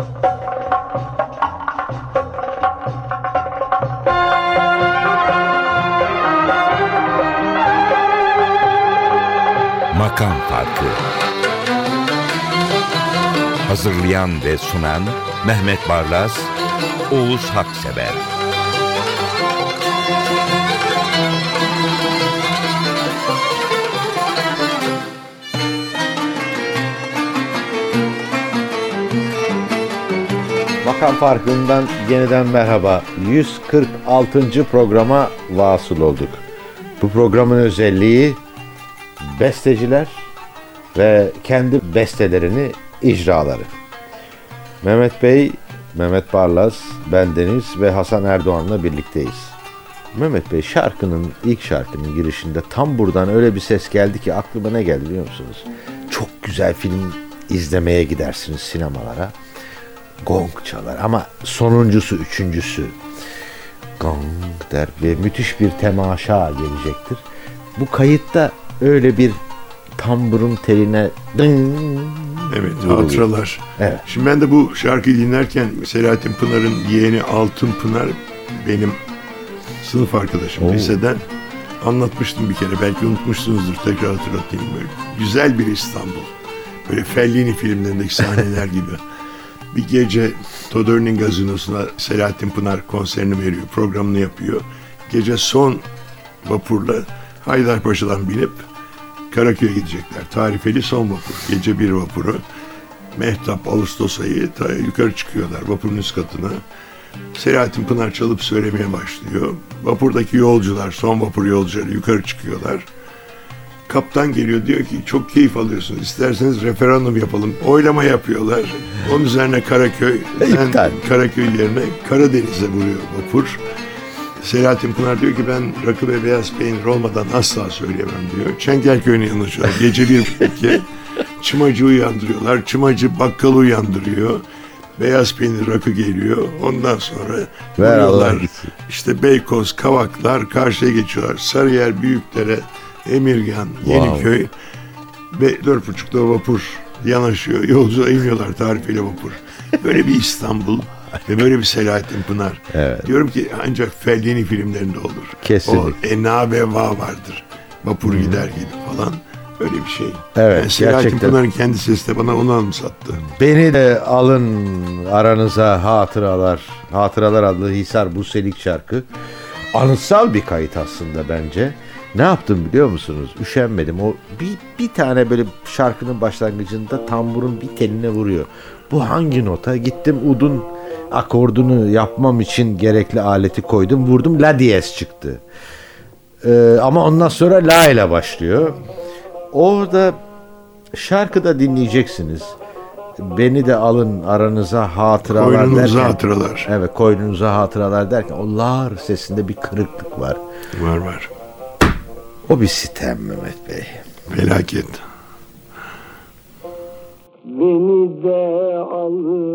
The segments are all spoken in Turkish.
Makam Farkı. Hazırlayan ve sunan Mehmet Barlas, Oğuz Haksever. Makam Farkı'ndan yeniden merhaba. 146. programa vasıl olduk. Bu programın özelliği besteciler ve kendi bestelerini icraları. Mehmet Bey, Mehmet Barlas, bendeniz ve Hasan Erdoğan'la birlikteyiz. Mehmet Bey, ilk şarkının girişinde tam buradan öyle bir ses geldi ki aklıma ne geldi biliyor musunuz? Çok güzel film izlemeye gidersiniz sinemalara. Gong çalar ama sonuncusu, üçüncüsü gong der ve müthiş bir temaşa gelecektir. Bu kayıtta öyle bir tamburun teline dın. Evet, hatıralar. Evet. Şimdi ben de bu şarkıyı dinlerken Selahattin Pınar'ın yeğeni Altın Pınar benim sınıf arkadaşım liseden, anlatmıştım bir kere, belki unutmuşsunuzdur, tekrar hatırlatayım. Böyle güzel bir İstanbul, böyle Fellini filmlerindeki sahneler gibi. Bir gece Todorni'nin gazinosuna Selahattin Pınar konserini veriyor, programını yapıyor. Gece son vapurla Haydarpaşa'dan binip Karaköy'e gidecekler. Tarifeli son vapur. Gece bir vapuru. Mehtap, Ağustos ayı yukarı çıkıyorlar vapurun üst katına. Selahattin Pınar çalıp söylemeye başlıyor. Vapurdaki yolcular, son vapur yolcuları yukarı çıkıyorlar. Kaptan geliyor, diyor ki çok keyif alıyorsunuz, İsterseniz referandum yapalım. Oylama yapıyorlar. Onun üzerine Karaköy yerine Karadeniz'e vuruyor vapur. Selahattin Pınar diyor ki ben rakı ve beyaz peynir olmadan asla söyleyemem diyor. Çengelköy'üne yanaşıyorlar. Gece 1:30 çımacı uyandırıyorlar. Çımacı bakkalı uyandırıyor. Beyaz peynir rakı geliyor. Ondan sonra vuruyorlar. İşte Beykoz, Kavaklar, karşıya geçiyorlar. Sarıyer, Büyükdere, Emirgan, Yeniköy ve 4:30'da vapur yanaşıyor. Yolcuya iniyorlar, tarifeli vapur. Böyle bir İstanbul ve böyle bir Selahattin Pınar. Evet. Diyorum ki ancak Fellini filmlerinde olur. Kesinlikle. O Ena ve Va vardır. Vapur gider gibi falan. Öyle bir şey. Evet, yani Selahattin gerçekten. Pınar'ın kendi sesi de bana onu anımsattı. Beni de alın aranıza Hatıralar. Hatıralar adlı Hisar Buselik şarkı. Anıtsal bir kayıt aslında bence. Ne yaptım biliyor musunuz? Üşenmedim. O bir tane böyle şarkının başlangıcında tamburun bir teline vuruyor. Bu hangi nota? Gittim udun akordunu yapmam için gerekli aleti koydum. Vurdum, la diyez çıktı. Ama ondan sonra la ile başlıyor. Orada şarkıda dinleyeceksiniz. Beni de alın aranıza hatıralar koynunuza derken. Hatıralar. Evet, koynunuza hatıralar derken o lar sesinde bir kırıklık var. Var. O bir sitem Mehmet Bey. Felaket. Beni de alın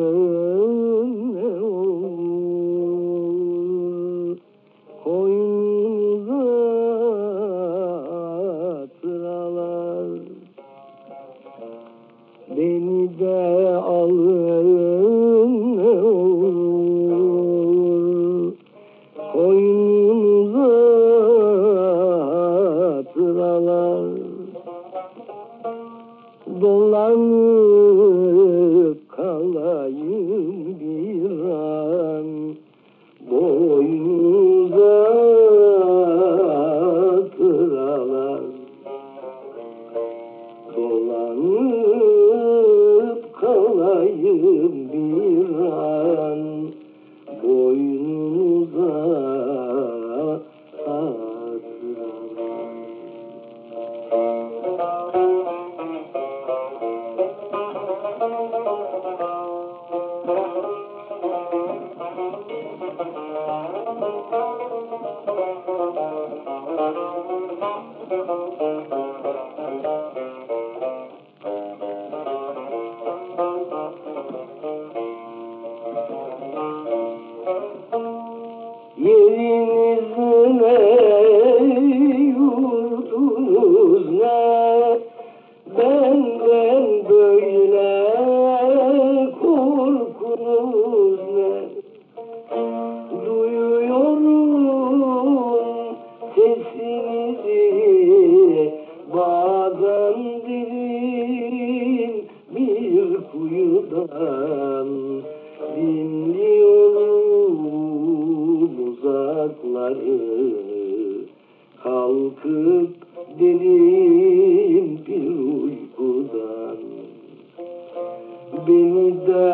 koynunuza hatıralar. Beni de alın koynunuza hatıralar. Dolanıp kalayım bir an boynunuza hatıralar. Dolanıp kalayım bir an boynunuza hatıralar. korkunuz ne? Duyuyorum sesinizi bazen derin bir kuyudan, dinliyorum uzakları kalkıp derin bir uykudan. Beni de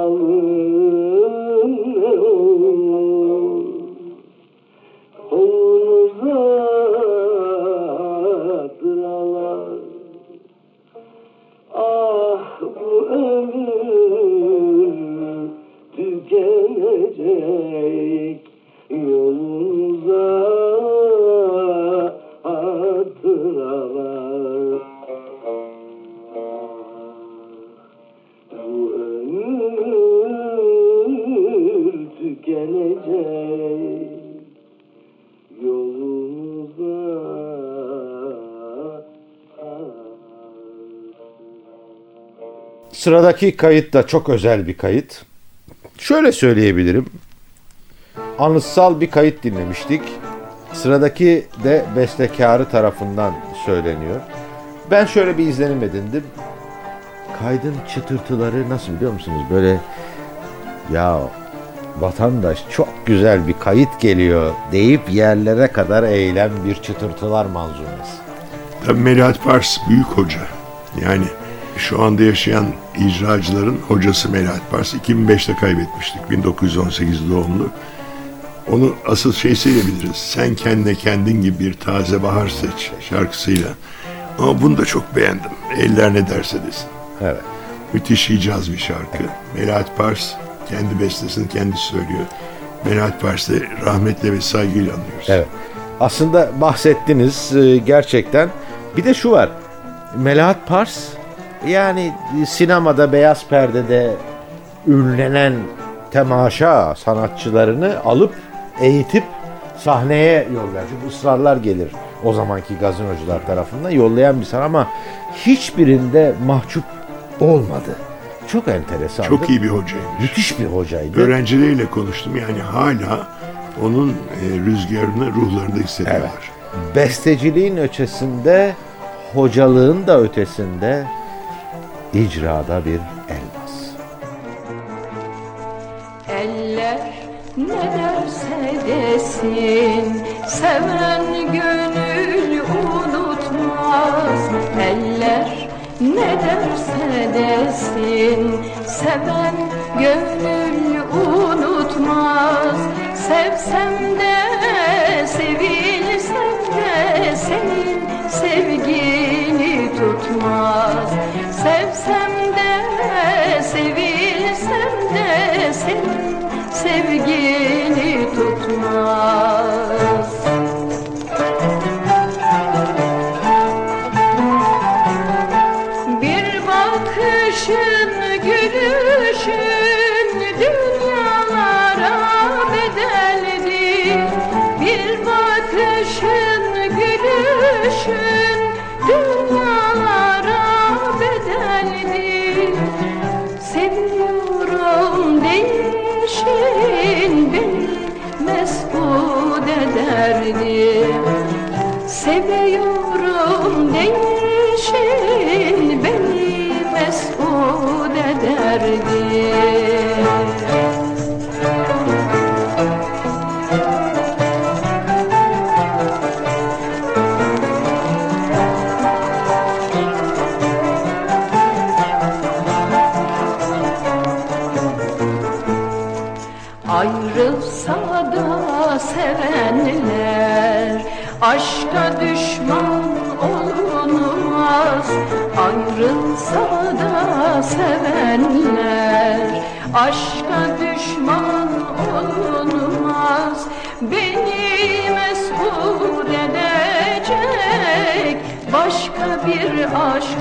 alın ne olur, kolunuza dıralar. Ah bu ömür tükenecek, yolunuza hatıralar. Bu ömür tükenecek, yolunuza Sıradaki kayıt da çok özel bir kayıt. Şöyle söyleyebilirim. Anıtsal bir kayıt dinlemiştik. Sıradaki de bestekarı tarafından söyleniyor. Ben şöyle bir izlenim edindim. Kaydın çıtırtıları nasıl biliyor musunuz? Böyle ya vatandaş çok güzel bir kayıt geliyor deyip yerlere kadar eğilen bir çıtırtılar manzumesi. Tabii Melahat Pars büyük hoca. Yani şu anda yaşayan icracıların hocası Melahat Pars. 2005'te kaybetmiştik. 1918 doğumlu. Onu asıl şeysiyle biliriz. Sen kendine kendin gibi bir taze bahar seç şarkısıyla. Ama bunu da çok beğendim. Eller ne derse desin. Evet. Müthiş Hicaz bir şarkı. Melahat Pars kendi bestesini kendisi söylüyor. Melahat Pars'ı rahmetle ve saygıyla anıyoruz. Evet. Aslında bahsettiniz gerçekten. Bir de şu var. Melahat Pars yani sinemada beyaz perdede ünlenen temaşa sanatçılarını alıp eğitip sahneye yollar. Çünkü ısrarlar gelir o zamanki gazinocular tarafından yollayan bir sanat ama hiçbirinde mahcup olmadı. Çok enteresan. Çok iyi bir hocaymış. Müthiş bir hocaydı. Öğrencileriyle konuştum. Yani hala onun rüzgarını ruhlarında hissediyorlar. Evet. Besteciliğin ötesinde, hocalığın da ötesinde icrada bir elmas. Eller ne derse desin, seven gönül unutmaz. Eller ne derse desin, seven gönül unutmaz. Sevsem de sevilsem de senin sevgini tutmaz. Sevsem de sevilsem de senin sevgini tutmaz. Bir bakışın gülüşün dünyalara bedeldi. Bir bakışın gülüşün dünyalara bedeldi. Seviyorum değişin beni mesut ederdi. Seviyorum değişin beni mesut ederdi. Ayrılsa da sevenler aşka düşman olunmaz. Ayrılsa da sevenler aşka düşman olunmaz. Beni mesut edecek başka bir aşk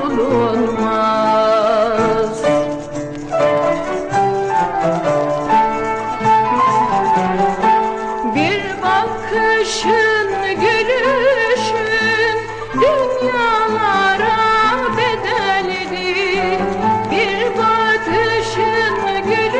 bulunmaz. Bakışın gülüşün dünyalara bedeldi. Bir bakışın gülüşün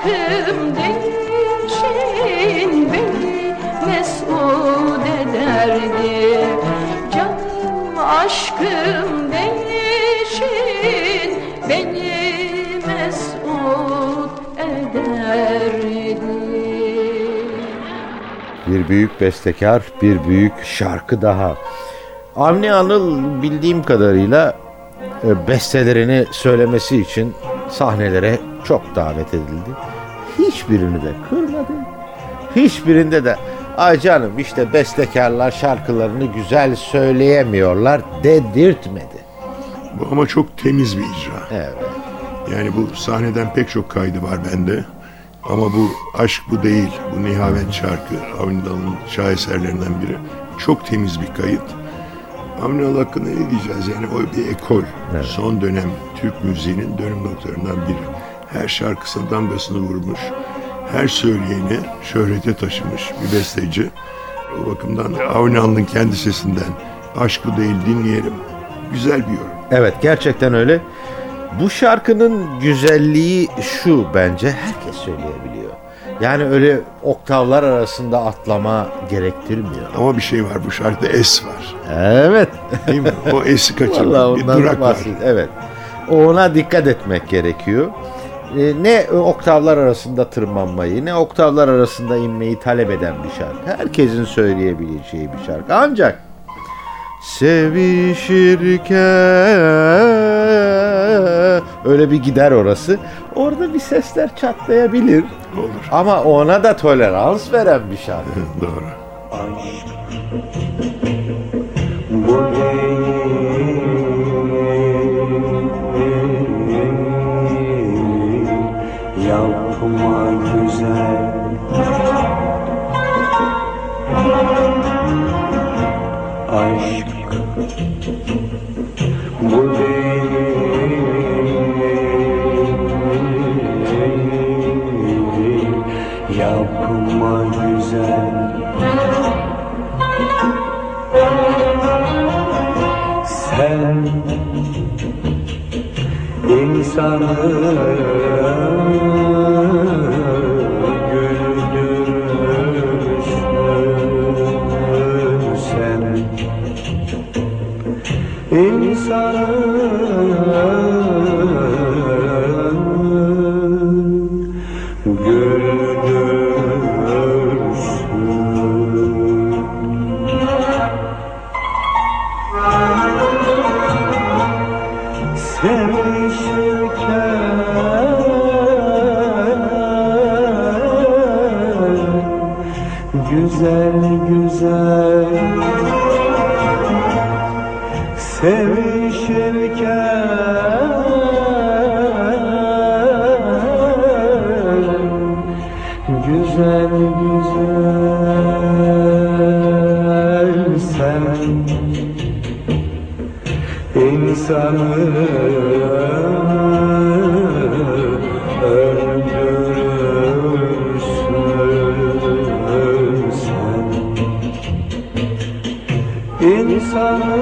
aşkım değişin beni mesut ederdi. Canım aşkım değişin beni mesut ederdi. Bir büyük bestekar, bir büyük şarkı daha. Avni Anıl bildiğim kadarıyla bestelerini söylemesi için sahnelere çok davet edildi. Hiçbirini de kırmadı. Hiçbirinde de ay canım işte bestekarlar şarkılarını güzel söyleyemiyorlar dedirtmedi. Bu ama çok temiz bir icra. Evet. Yani bu sahneden pek çok kaydı var bende. Ama bu Aşk Bu Değil, bu Nihavent şarkı, Avni Dal'ın şaheserlerinden biri. Çok temiz bir kayıt. Avni Dal hakkında ne diyeceğiz? Yani o bir ekol. Evet. Son dönem Türk müziğinin dönüm noktalarından biri. Her şarkısına damgasını vurmuş. Her söyleyeni şöhrete taşımış bir besteci. O bakımdan Avni Dal'ın kendi sesinden Aşk Bu Değil dinleyelim. Güzel bir yorum. Evet, gerçekten öyle. Bu şarkının güzelliği şu, bence herkes söyleyebiliyor. Yani öyle oktavlar arasında atlama gerektirmiyor. Ama bir şey var, bu şarkıda es var. Evet. Değil mi? O esi kaçırmak. Vallahi Bir ondan durak var. bahsediyor. Evet. Ona dikkat etmek gerekiyor. Ne oktavlar arasında tırmanmayı, ne oktavlar arasında inmeyi talep eden bir şarkı. Herkesin söyleyebileceği bir şarkı. Ancak sevişirken öyle bir gider orası. Orada bir sesler çatlayabilir. Olur. Ama ona da tolerans veren bir şarkı. Doğru. Bu değil, yapma güzel. Aşk bu değil, yapma güzel. Sen insanı güldürürsün, sen insanı güldürürsün. Sevişirken güzel güzel, sevişirken güzel güzel, sen insanı öldürürsün, sen insanı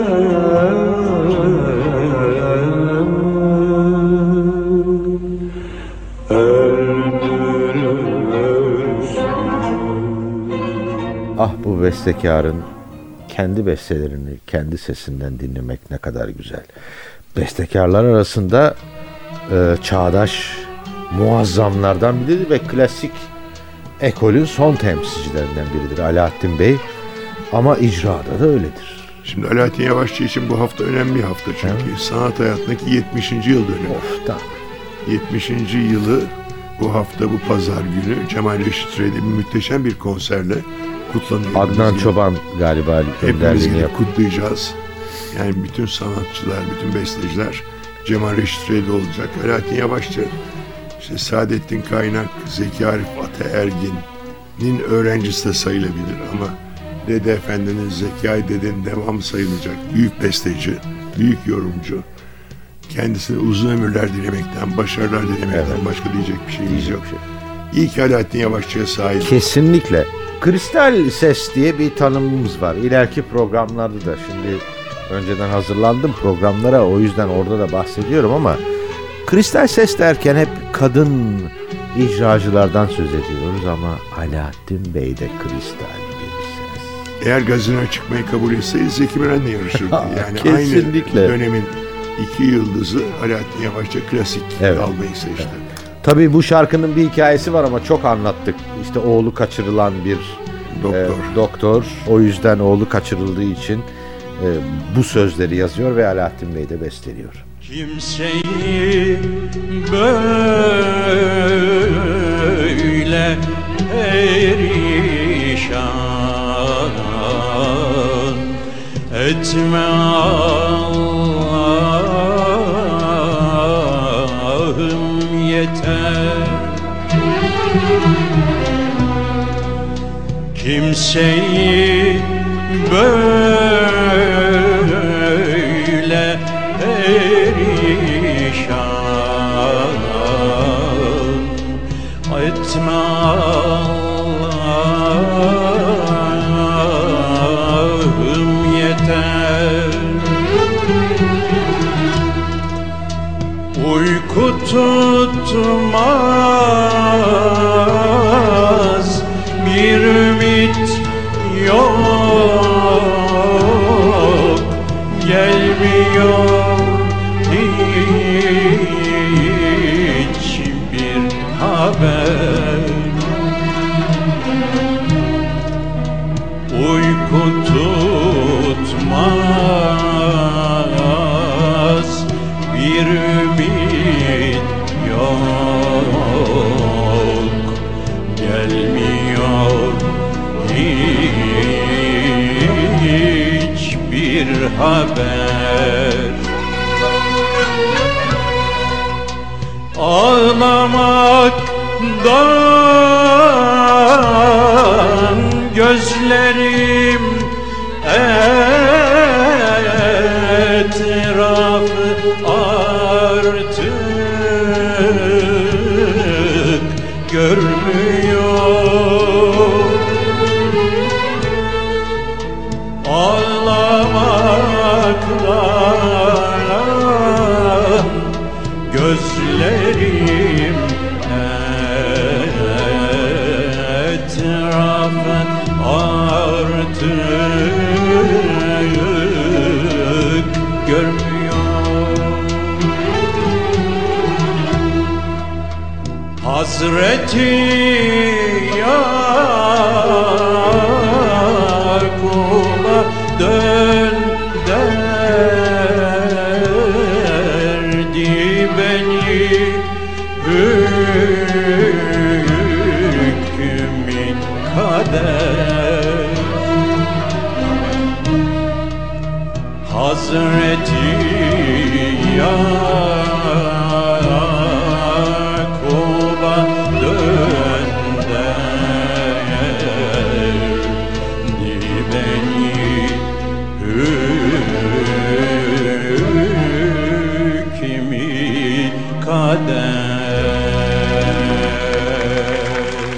öldürürsün. Ah, bu bestekarın kendi bestelerini kendi sesinden dinlemek ne kadar güzel. Bestekarlar arasında çağdaş muazzamlardan biridir ve klasik ekolün son temsilcilerinden biridir Alaaddin Bey. Ama icrada da öyledir. Şimdi Alaaddin Yavaşçı için bu hafta önemli bir hafta çünkü sanat hayatındaki 70. yıl dönümü. Of da. 70. yılı bu hafta, bu pazar günü Cemal Reşit Rey'de mühteşem bir konserle kutlanıyor. Adnan Biz Çoban galiba hepimiz önderliğini gidip yapıyor. kutlayacağız. Yani bütün sanatçılar, bütün besteciler Cemal Reşit Rey'de olacak. Alaaddin Yavaşçı, işte Saadettin Kaynak, Zeki Arif Ataergin'in öğrencisi de sayılabilir ama Dede Efendi'nin, Zekai Dede'nin devamı sayılacak. Büyük besteci, büyük yorumcu. Kendisine uzun ömürler dilemekten, başarılar dilemekten başka diyecek bir şeyimiz yok. İyi ki Alaaddin Yavaşçı'ya sahip. Kesinlikle. Kristal ses diye bir tanımımız var. İleriki programlarda da, şimdi önceden hazırlandım programlara, o yüzden orada da bahsediyorum ama kristal ses derken hep kadın icracılardan söz ediyoruz ama Alaaddin Bey de kristal bir ses. Eğer gazinoya çıkmayı kabul etseydi Zeki Müren'le yarışırdı. Yani Kesinlikle. aynı dönemin iki yıldızı Alaaddin Yavaşça klasik Evet. almayı seçti. Tabii bu şarkının bir hikayesi var ama çok anlattık. İşte oğlu kaçırılan bir doktor. O yüzden oğlu kaçırıldığı için bu sözleri yazıyor ve Alaaddin Bey de besteliyor. Kimseyi böyle perişan etme Allah'ım yeter. Kimseyi böyle perişan etme Allah'ım yeter. Uyku tutmaz, bir ümit yok, gelmiyor hiçbir haber. Uyku tutmaz, bir ümit yok, gelmiyor hiçbir haber. Ağlamaktan gözlerim etrafı artık görmüyor. Ağlamaktan gözlerim etrafı artık görmüyor. Hazreti Yakub'a dön derdi beni hükmün kader. Hazreti Yakub'a dön derdi beni hükmün kader.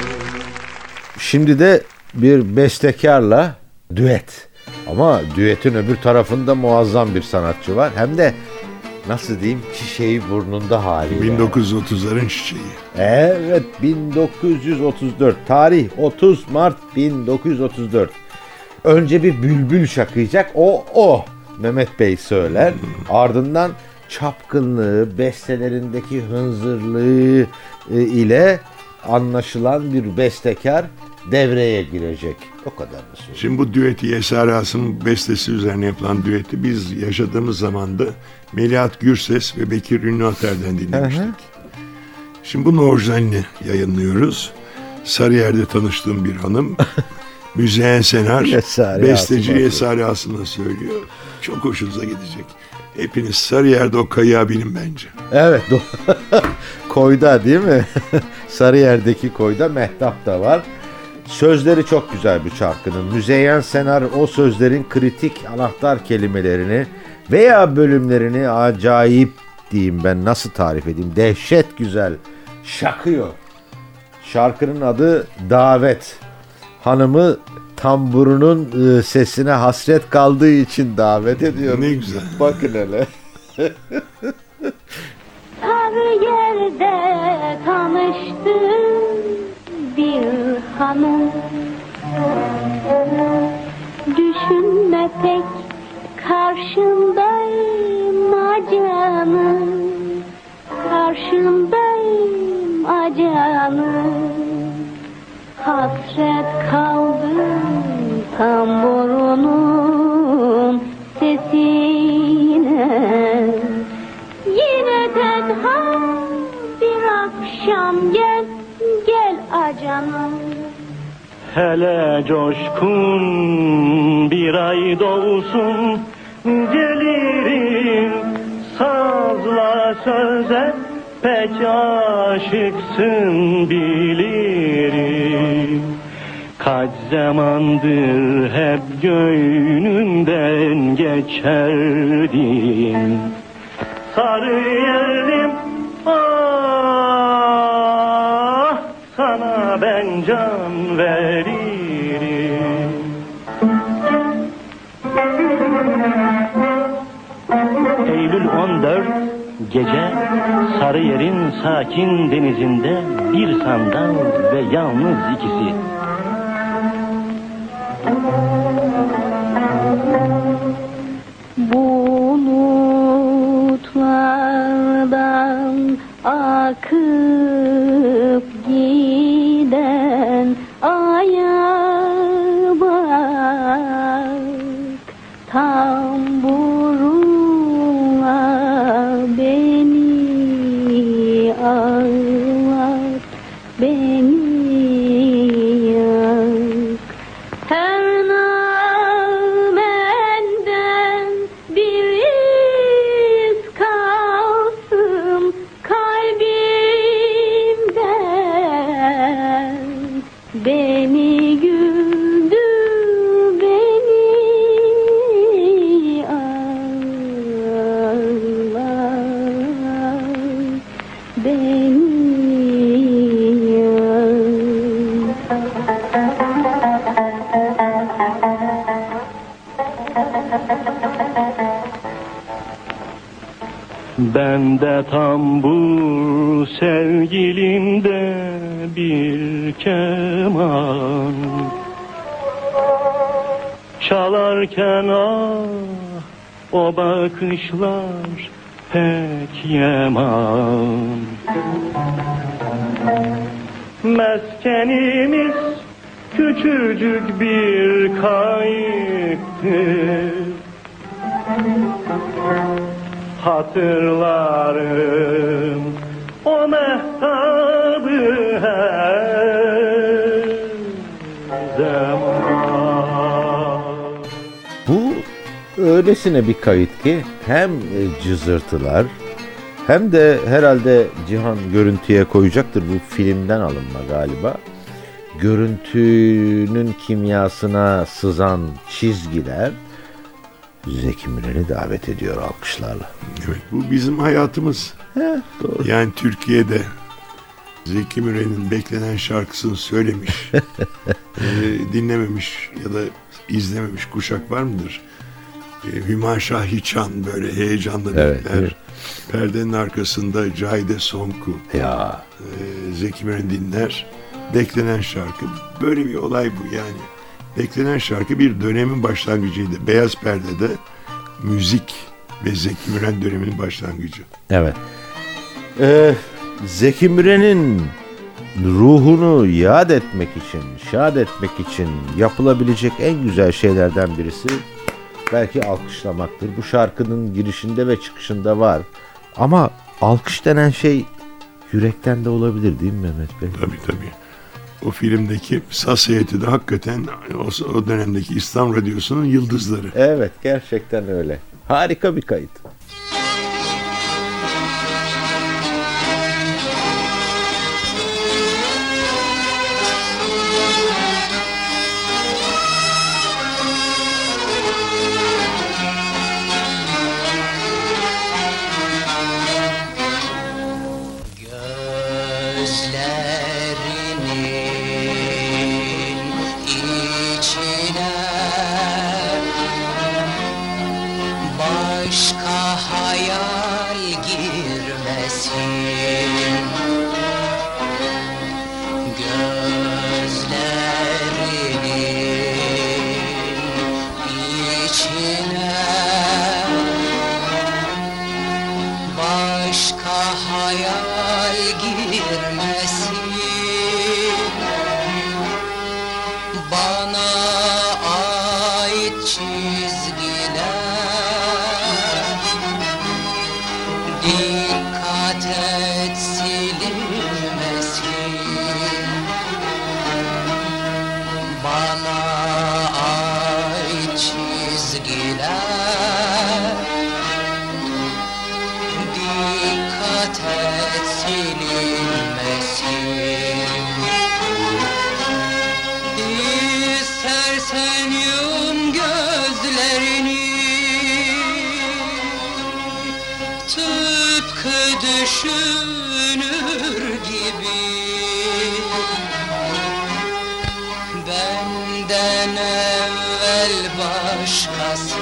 Şimdi de bir bestekarla düet. Ama düetin öbür tarafında muazzam bir sanatçı var. Hem de nasıl diyeyim, çiçeği burnunda haliyle. 1930'ların çiçeği. Evet, 1934. Tarih 30 Mart 1934. Önce bir bülbül şakıyacak. O Mehmet Bey söyler. Ardından çapkınlığı, bestelerindeki hınzırlığı ile anlaşılan bir bestekar devreye girecek. O kadar mı söyleyeyim? Şimdi bu düeti, Yeser Asım'ın bestesi üzerine yapılan düeti biz yaşadığımız zamanda Melihat Gürses ve Bekir Ünlü Ater'den dinlemiştik. Şimdi bunun orijinalini yayınlıyoruz. Sarıyer'de tanıştığım bir hanım, müzeyyen senar, besteci Yeser Asım'la söylüyor. Çok hoşunuza gidecek. Hepiniz Sarıyer'de o kayığa binin bence. Evet. Koyda değil mi? Sarıyer'deki koyda mehtap da var. Sözleri çok güzel bir şarkının. Müzeyyen Senar o sözlerin kritik anahtar kelimelerini veya bölümlerini acayip diyeyim, ben nasıl tarif edeyim, dehşet güzel şakıyor. Şarkının adı Davet. Hanımı tamburunun sesine hasret kaldığı için davet ediyor. Ne güzel. Bakın hele. Sarıyer yerde tanıştım bir hanım. Düşünme pek karşındayım acanım, karşındayım acanım. Hasret kaldım tamburunun sesine. Yine tenha bir akşam gel, gel acanım. Hele coşkun bir ay doğsun, gelirim sazla söze, pek aşıksın bilirim. Kaç zamandır hep gönlümden geçerdin. Sarı yerim, ah, sana ben can veririm. Eylül 14 gece Sarıyer'in sakin denizinde bir sandal ve yalnız ikisi. Bulutlardan akıp giden aya bak, tamburuna beni ağlat, beni yak. Her namenden bir iz kalsın kalbimden. Beni güldür, beni ağlat, beni Bende tambur, sevgilimde bir keman. Çalarken ah, o bakışlar pek yaman. Meskenimiz küçücük bir kayıktır. Hatırlarım o mehtabı her zaman. Bu öylesine bir kayıt ki hem cızırtılar hem de herhalde Cihan görüntüye koyacaktır, bu filmden alınma galiba. Görüntünün kimyasına sızan çizgiler Zeki Müren'i davet ediyor alkışlarla. Evet, bu bizim hayatımız. Doğru. Yani Türkiye'de Zeki Müren'in beklenen şarkısını söylemiş, dinlememiş ya da izlememiş kuşak var mıdır? Hüma Şahiçan böyle heyecanla bekler. Evet. Perdenin arkasında Cahide Sonku, Ya. Zeki Müren dinler. Beklenen şarkı. Böyle bir olay bu yani. Beklenen şarkı bir dönemin başlangıcıydı. Beyaz Perde'de müzik ve Zeki Müren döneminin başlangıcı. Evet. Zeki Müren'in ruhunu yad etmek için, şad etmek için yapılabilecek en güzel şeylerden birisi belki alkışlamaktır. Bu şarkının girişinde ve çıkışında var. Ama alkış denen şey yürekten de olabilir değil mi Mehmet Bey? Tabii. O filmdeki saz heyeti de hakikaten o dönemdeki İslam Radyosu'nun yıldızları. Evet, gerçekten öyle. Harika bir kayıt. Bana başka hayal girmesin gözlerinin içine, başka hayal girmesin bana ait çizgiler. Dikkat et silinmesin bana ait çizgiler. Dikkat et silinmesin. İstersen yum gözlerini, tıpkı düşünür gibi. Benden evvel başkası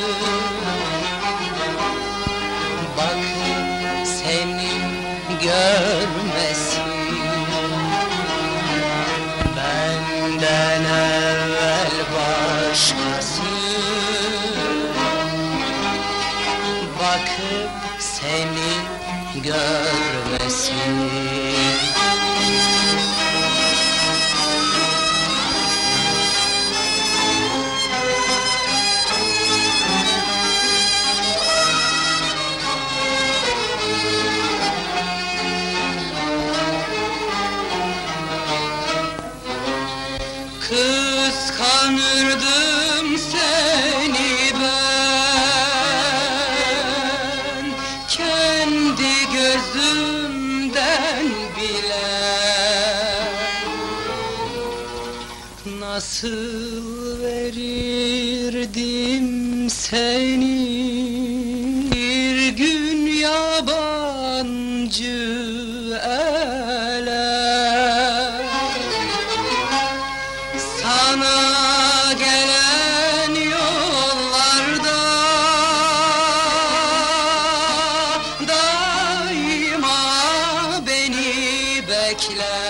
bakıp seni görmesin. Benden evvel başkası bakıp seni görmesin. Kıskanırdım seni ben, kendi gözümden bile. Nasıl verirdim seni bir gün yabancı ele. Sana gelen yollarda daima beni bekle.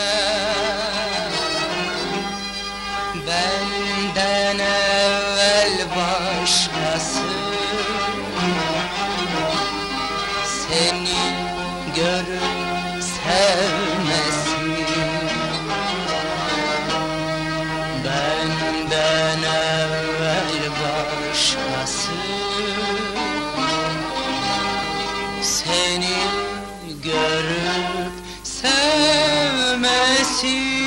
Benden evvel başkası seni görüp sevmesin. Benden evvel başkası seni görüp sevmesin.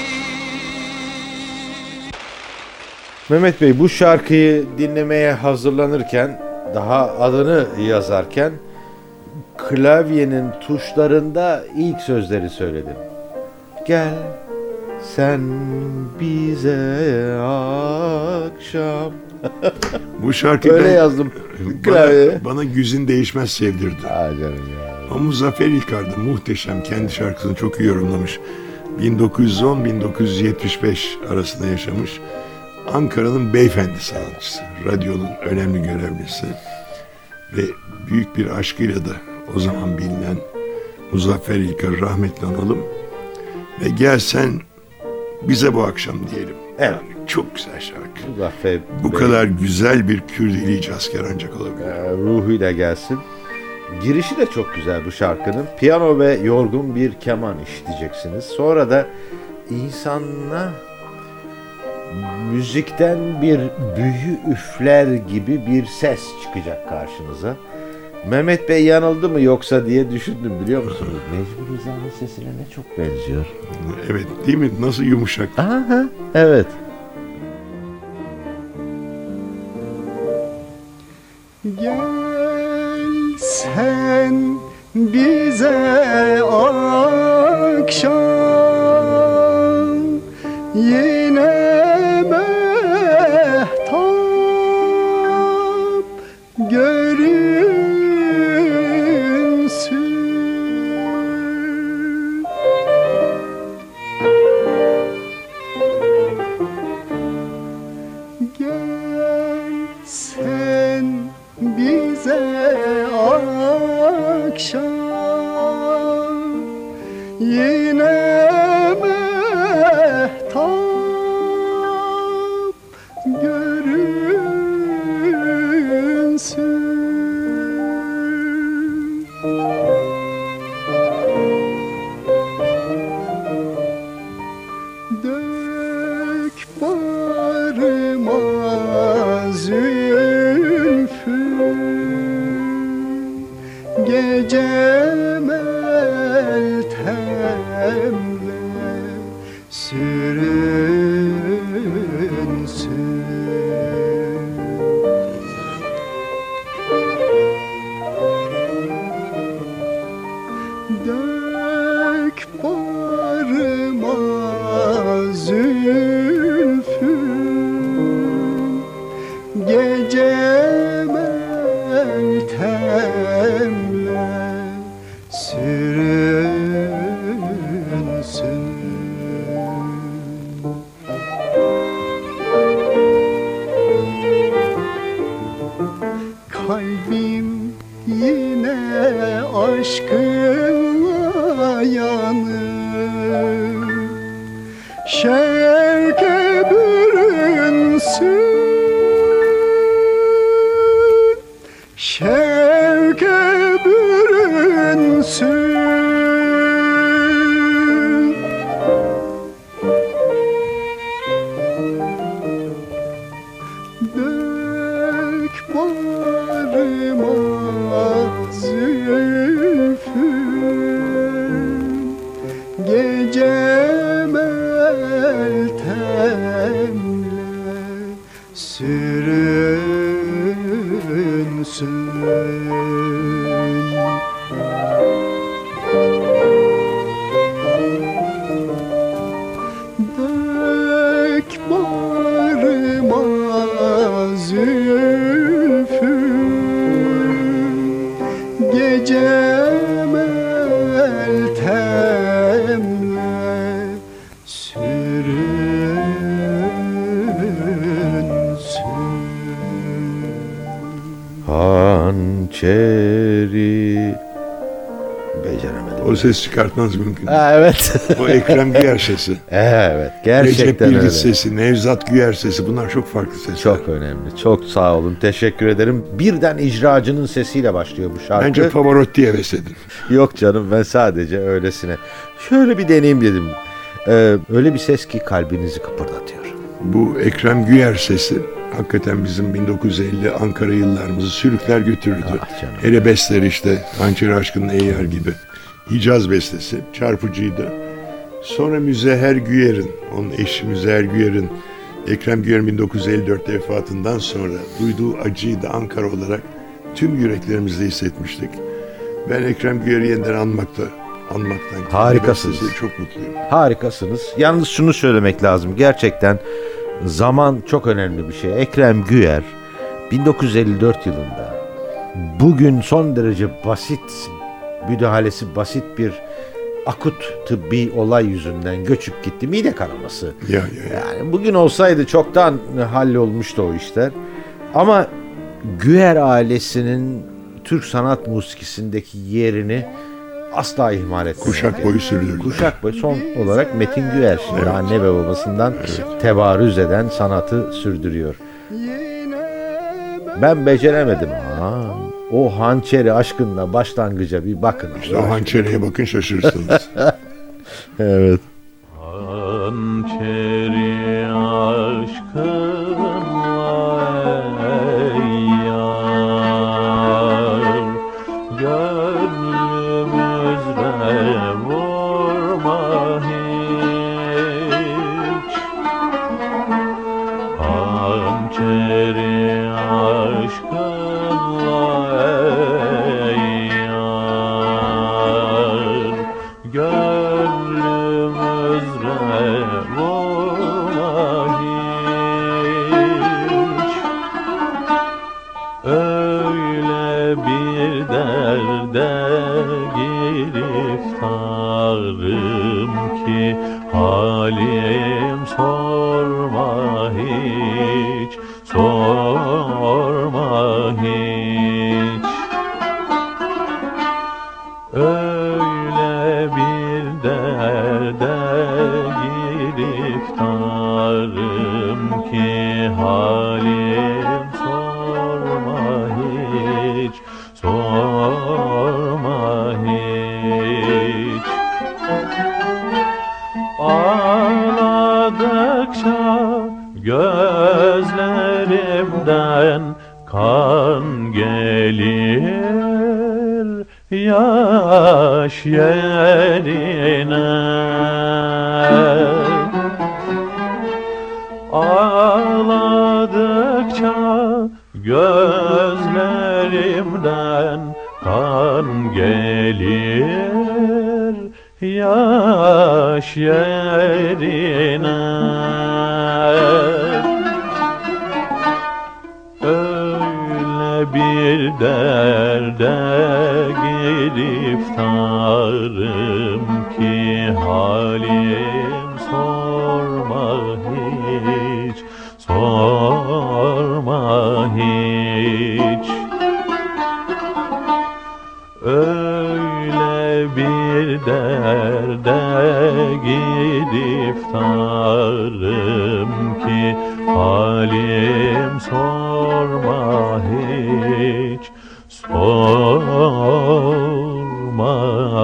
Mehmet Bey, bu şarkıyı dinlemeye hazırlanırken, daha adını yazarken klavyenin tuşlarında ilk sözleri söyledin. Gel sen bize akşam. Bu şarkıyı öyle yazdım klavyeye. Bana Güzin Değişmez sevdirdi. Aa canım ya. Ama Muzaffer İlkar da muhteşem, kendi şarkısını çok iyi yorumlamış. 1910-1975 arasında yaşamış. Ankara'nın beyefendi sanatçısı, radyonun önemli görevlisi ve büyük bir aşkıyla da o zaman bilinen Muzaffer İlkar rahmetli analım ve gel sen bize bu akşam diyelim. Evet. Yani çok güzel şarkı. Muzaffer Bu Bey, kadar güzel bir Kürdili cazker ancak olabilir. ruhuyla gelsin. Girişi de çok güzel bu şarkının. Piyano ve yorgun bir keman işiteceksiniz. Sonra da insana müzikten bir büyü üfler gibi bir ses çıkacak karşınıza. Mehmet Bey yanıldı mı yoksa diye düşündüm, biliyor musunuz? Necmi Rıza'nın sesine ne çok benziyor. Evet, değil mi? Nasıl yumuşak. Aha, evet. Gel sen bize akşam yine mehtap görünsün. Gel sen bize akşam, yine mehtap görünsün. Dök bağrıma zülfü, gece meltemle sürünsün. Dök bağrıma zülfü, gece meltemle sürünsün. Kalbim yine aşkınla yanır, şevke bürünsün, şevke bürünsün. Dök bağrıma zülfü, gece meltemle sürünsün. Dök bağrıma zülfü, gece meltemle sürünsün. Hançeri beceremedim. O ses çıkartmanız mümkün. Ha, evet. O Ekrem Güyer sesi. Evet, Recep gerçekten öyle. Bilgiz sesi, Nevzat Güyer sesi, bunlar çok farklı sesler. Çok önemli. Çok sağ olun. Teşekkür ederim. Birden icracının sesiyle başlıyor bu şarkı. Bence Pavarotti'ye besledin. Yok canım, ben sadece öylesine. Şöyle bir deneyim dedim. Öyle bir ses ki kalbinizi kıpırdatıyor. Bu Ekrem Güyer sesi hakikaten bizim 1950 Ankara yıllarımızı sürükler götürürdü. Ah canım. Hele besteleri işte Hançeri Aşkı'nın Eyyar gibi. Hicaz bestesi çarpıcıydı. Sonra Müzehher Güyer'in, onun eşi Müzehher Güyer'in, Ekrem Güyer'in 1954'te vefatından sonra duyduğu acıyı da Ankara olarak tüm yüreklerimizde hissetmiştik. Ben Ekrem Güyer'i yeniden anmaktan Harikasınız. çok mutluyum. Harikasınız. Yalnız şunu söylemek lazım. Gerçekten zaman çok önemli bir şey. Ekrem Güyer 1954 yılında bugün son derece basit müdahalesi, basit bir akut tıbbi olay yüzünden göçüp gitti. Mide kanaması. Ya. Yani bugün olsaydı çoktan hallolmuştu o işler. Ama Güyer ailesinin Türk sanat musikisindeki yerini asla ihmal etmedi. Kuşak boyu sürdürdü. Kuşak boyu son olarak Metin Güyer şimdi Evet. anne ve babasından tevarüz eden sanatı sürdürüyor. Ben beceremedim. O Hançeri Aşkı'nda başlangıca bir bakın. İşte o hançeriye bakın şaşırırsınız. Evet. Hançeri aşkınla ey yar, gönlümüzde vurma hiç. Hançeri aşkınla ey yar, gönlümüzde vurma hiç. Öyle bir derde giriftarım ki halim sorma hiç, sorma hiç. Öyle bir derde giriftarım ki halim sorma hiç, sorma hiç. Ağladıkça gözlerimden kan gelir yaş yerine. Ağladıkça gözlerimden kan gelir yaş yerine. Öyle bir derde giriftarım ki halim sorma hiç, sorma hiç. Öyle bir derde giriftarım ki halim sorma hiç, sorma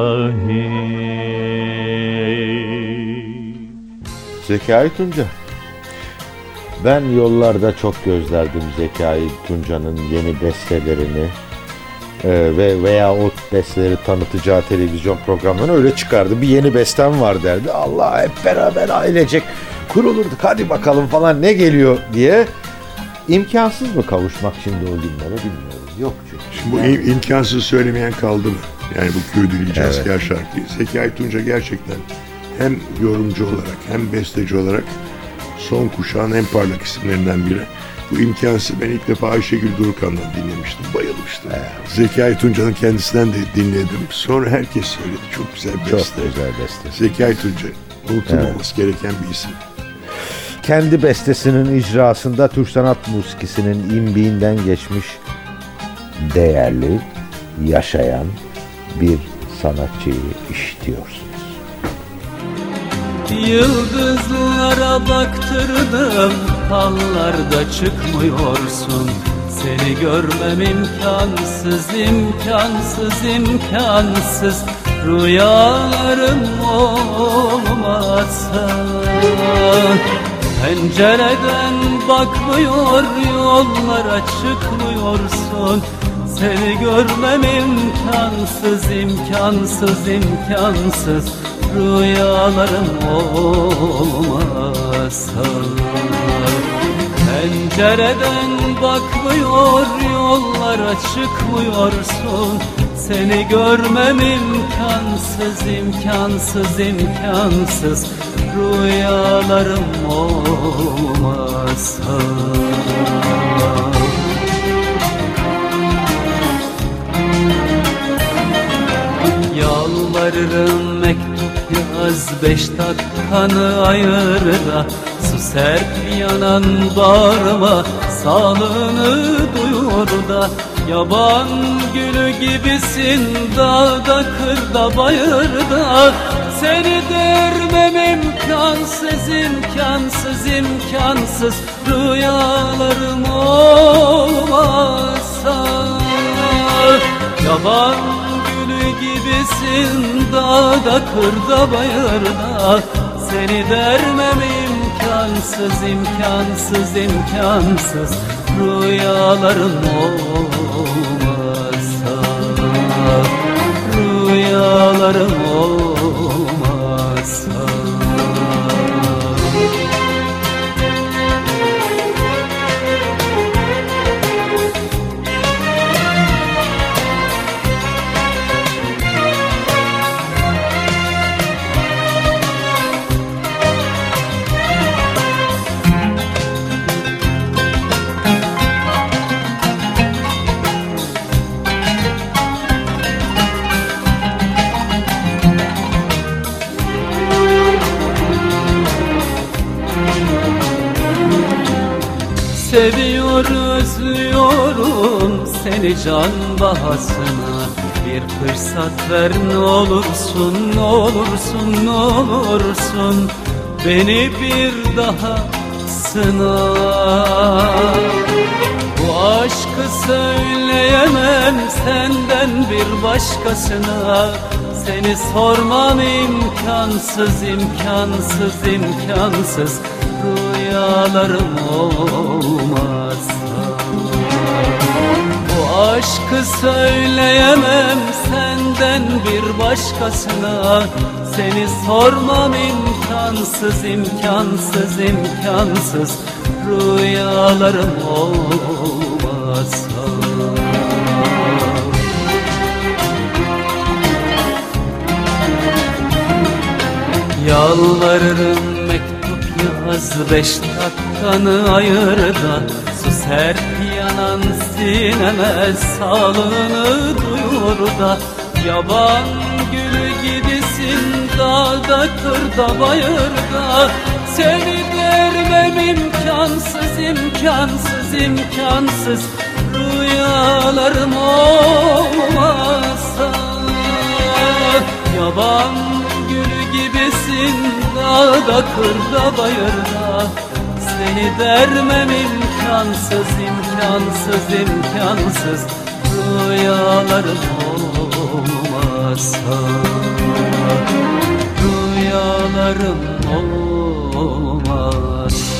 hiç. Zekai Tunca. Ben yollarda çok gözlerdim Zekai Tunca'nın yeni bestelerini. Veya o besteleri tanıtacağı televizyon programlarına öyle çıkardı. Bir yeni bestem var derdi. Allah, hep beraber ailecek kurulurduk, hadi bakalım falan, ne geliyor diye. İmkansız mı kavuşmak şimdi o günlere, bilmiyorum. Yok çünkü. Şimdi bu imkansız söylemeyen kaldı mı? Yani bu Kürdülü asker şarkıyı. Zekai Tunca gerçekten hem yorumcu olarak hem besteci olarak son kuşağın en parlak isimlerinden biri. Bu imkansız ben ilk defa Ayşegül Durkan'dan dinlemiştim. Bayılmıştım. Zekai Tunca'nın kendisinden de dinledim. Sonra herkes söyledi. Çok güzel beste. Çok güzel beste. Zekai Tunca unutulmaması gereken bir isim. Kendi bestesinin icrasında Türk sanat musikisinin imbiğinden geçmiş değerli, yaşayan bir sanatçıyı işitiyorsunuz. Yıldızlara baktırdım, fallarda çıkmıyorsun. Seni görmem imkansız, imkansız, imkansız. Rüyalarım olmasa. Pencereden bakmıyor, yollara çıkmıyorsun. Seni görmem imkansız, imkansız, imkansız. Rüyalarım olmasa. Pencereden bakmıyor, yollara çıkmıyorsun. Seni görmem imkansız, imkansız, imkansız. Rüyalarım olmasa. Yalvarırım, mektup yaz, 5 dakikanı ayır da. Su serp yanan bağrıma, sağlığını duyur da. Yaban gülü gibisin dağda, kırda, bayırda. Seni dermem imkansız, imkansız, imkansız. Rüyalarım olmasa. Yaban gülü gibisin dağda, kırda, bayırda. Seni dermem imkansız, imkansız, imkansız. Rüyalarım olmasa. Rüyalarım olmasa. Seviyorum özlüyorum seni can bahasına. Bir fırsat ver ne olursun, ne olursun, ne olursun, beni bir daha sına. Bu aşkı söyleyemem senden bir başkasına. Seni sormam imkansız, imkansız, imkansız, rüyalarım olmazsa. Bu aşkı söyleyemem senden bir başkasına. Seni sormam imkansız, imkansız, imkansız, rüyalarım olmazsa. Yalvarırım mektup yaz, 5 dakikanı ayır da. Su sert yanan sineme sağlığını duyur da. Yaban gülü gibisin dağda, kırda, bayırda. Seni görmem imkansız, imkansız, imkansız, rüyalarım olmazsa. Yaban gülü gibisin dağda, kırda, bayırda. Seni dermem imkansız, imkansız, imkansız, rüyalarım olmazsa. Rüyalarım olmazsa.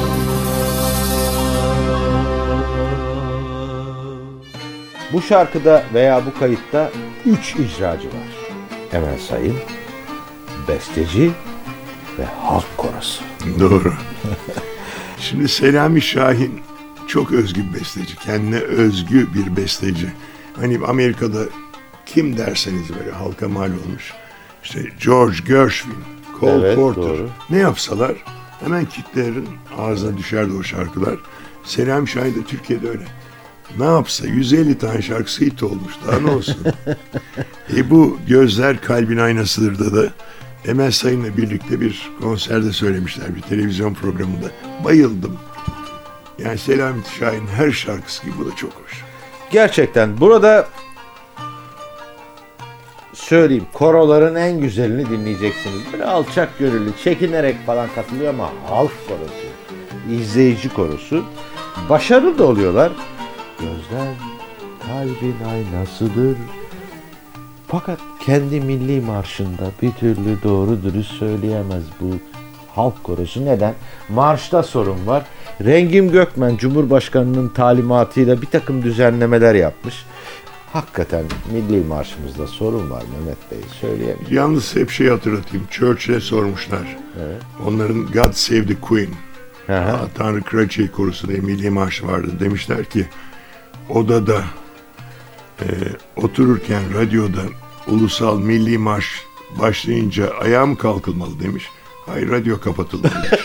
Bu şarkıda veya bu kayıtta 3 icracı var. Emel Sayın, besteci ve halk korosu. Doğru. Şimdi Selami Şahin çok özgü bir besteci. Kendine özgü bir besteci. Hani Amerika'da kim derseniz böyle halka mal olmuş. İşte George Gershwin, Cole Porter. Doğru. Ne yapsalar hemen kitlerin ağzına düşerdi o şarkılar. Selami Şahin de Türkiye'de öyle. Ne yapsa 150 tane şarkısı hit olmuş. Daha ne olsun? Bu Gözler Kalbin Aynasıdır'da da Emel Sayın'la birlikte bir konserde söylemişler, bir televizyon programında. Bayıldım. Yani Selami Şahin her şarkısı gibi, bu da çok hoş. Gerçekten burada söyleyeyim, koroların en güzelini dinleyeceksiniz. Böyle alçak gönüllü, çekinerek falan katılıyor ama halk korosu, izleyici korosu. Başarılı da oluyorlar. Gözler kalbin aynasıdır. Fakat kendi milli marşında bir türlü doğru dürüst söyleyemez bu halk korosu. Neden? Marşta sorun var. Rengim Gökmen Cumhurbaşkanı'nın talimatıyla bir takım düzenlemeler yapmış. Hakikaten milli marşımızda sorun var Mehmet Bey, söyleyemiyorum. Yalnız hep şeyi hatırlatayım. Churchill'e sormuşlar. Evet. Onların God Save the Queen, Tanrı Kraliçeyi korusun diye milli marşı vardı. Demişler ki odada otururken radyoda ulusal milli marş başlayınca ayağa mı kalkılmalı demiş. Hayır, radyo kapatılmalı demiş.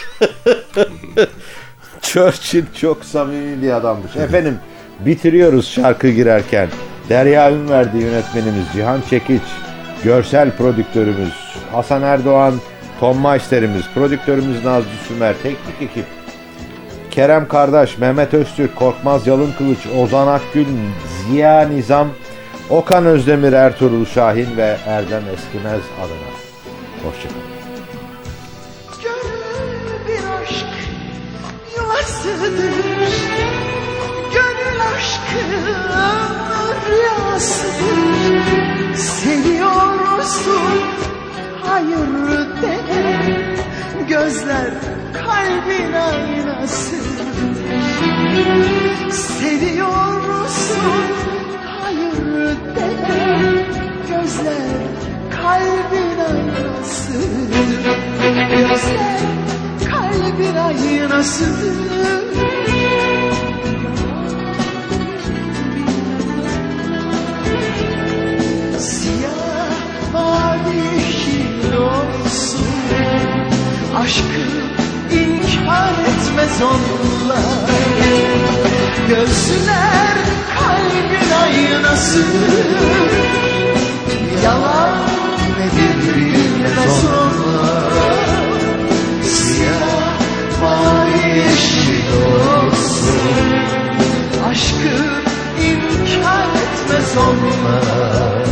Churchill çok samimi bir adammış. Efendim, bitiriyoruz şarkı girerken. Derya Ünverdi yönetmenimiz, Cihan Çekiç görsel prodüktörümüz, Hasan Erdoğan Tom Meister'imiz, prodüktörümüz Nazlı Sümer, teknik ekip Kerem Kardeş, Mehmet Öztürk, Korkmaz Yalınkılıç, Ozan Akgül, Ziya Nizam, Okan Özdemir, Ertuğrul Şahin ve Erdem Eskimez adına. Hoşçakalın. Gönül bir aşk yuvasıdır. Gönül aşkının rüyasıdır. Seviyorsun, hayır deme. Gözler kalbin aynasıdır. Seviyorsun, hayır deme. Gözler kalbin aynasıdır. Gözler kalbin aynasıdır. Siyah mavi yeşil olsun, aşkı inkar etmez onlar. Gözler kalbin aynasıdır. Yalan nedir bilmez onlar. Siyah mavi yeşil olsun, bitmez onlar.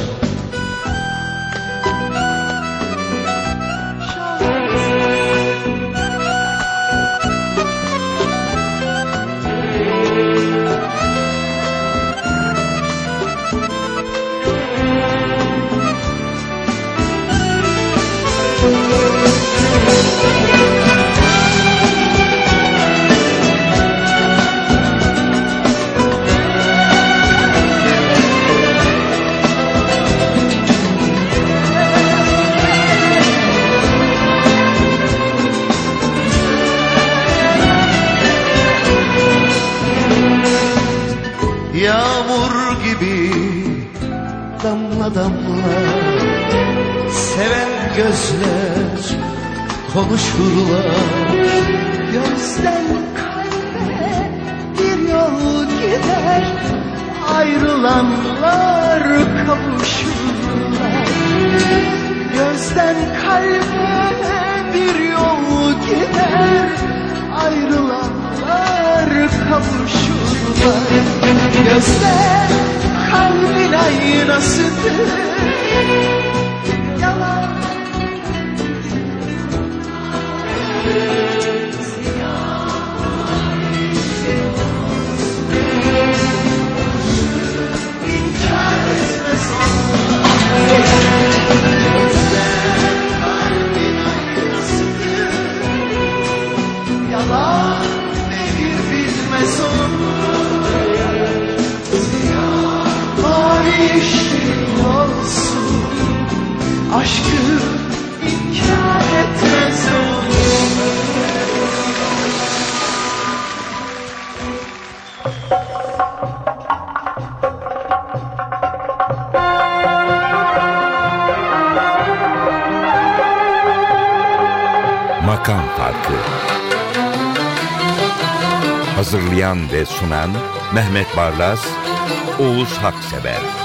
Yağmur gibi damla damla seven gözler konuşurlar. Gözden kalbe bir yol gider, ayrılanlar kavuşurlar. Gözden kalbe bir yol gider, ayrılanlar kavuşurlar. Gözler kalbin aynasıdır, yalan inkar etmez gözler kalbin aynasıdır, yalan nedir bilmez onu. İşte olsun, aşkı inkar etmez Makam Farkı. Hazırlayan ve sunan Mehmet Barlas, Oğuz Haksever.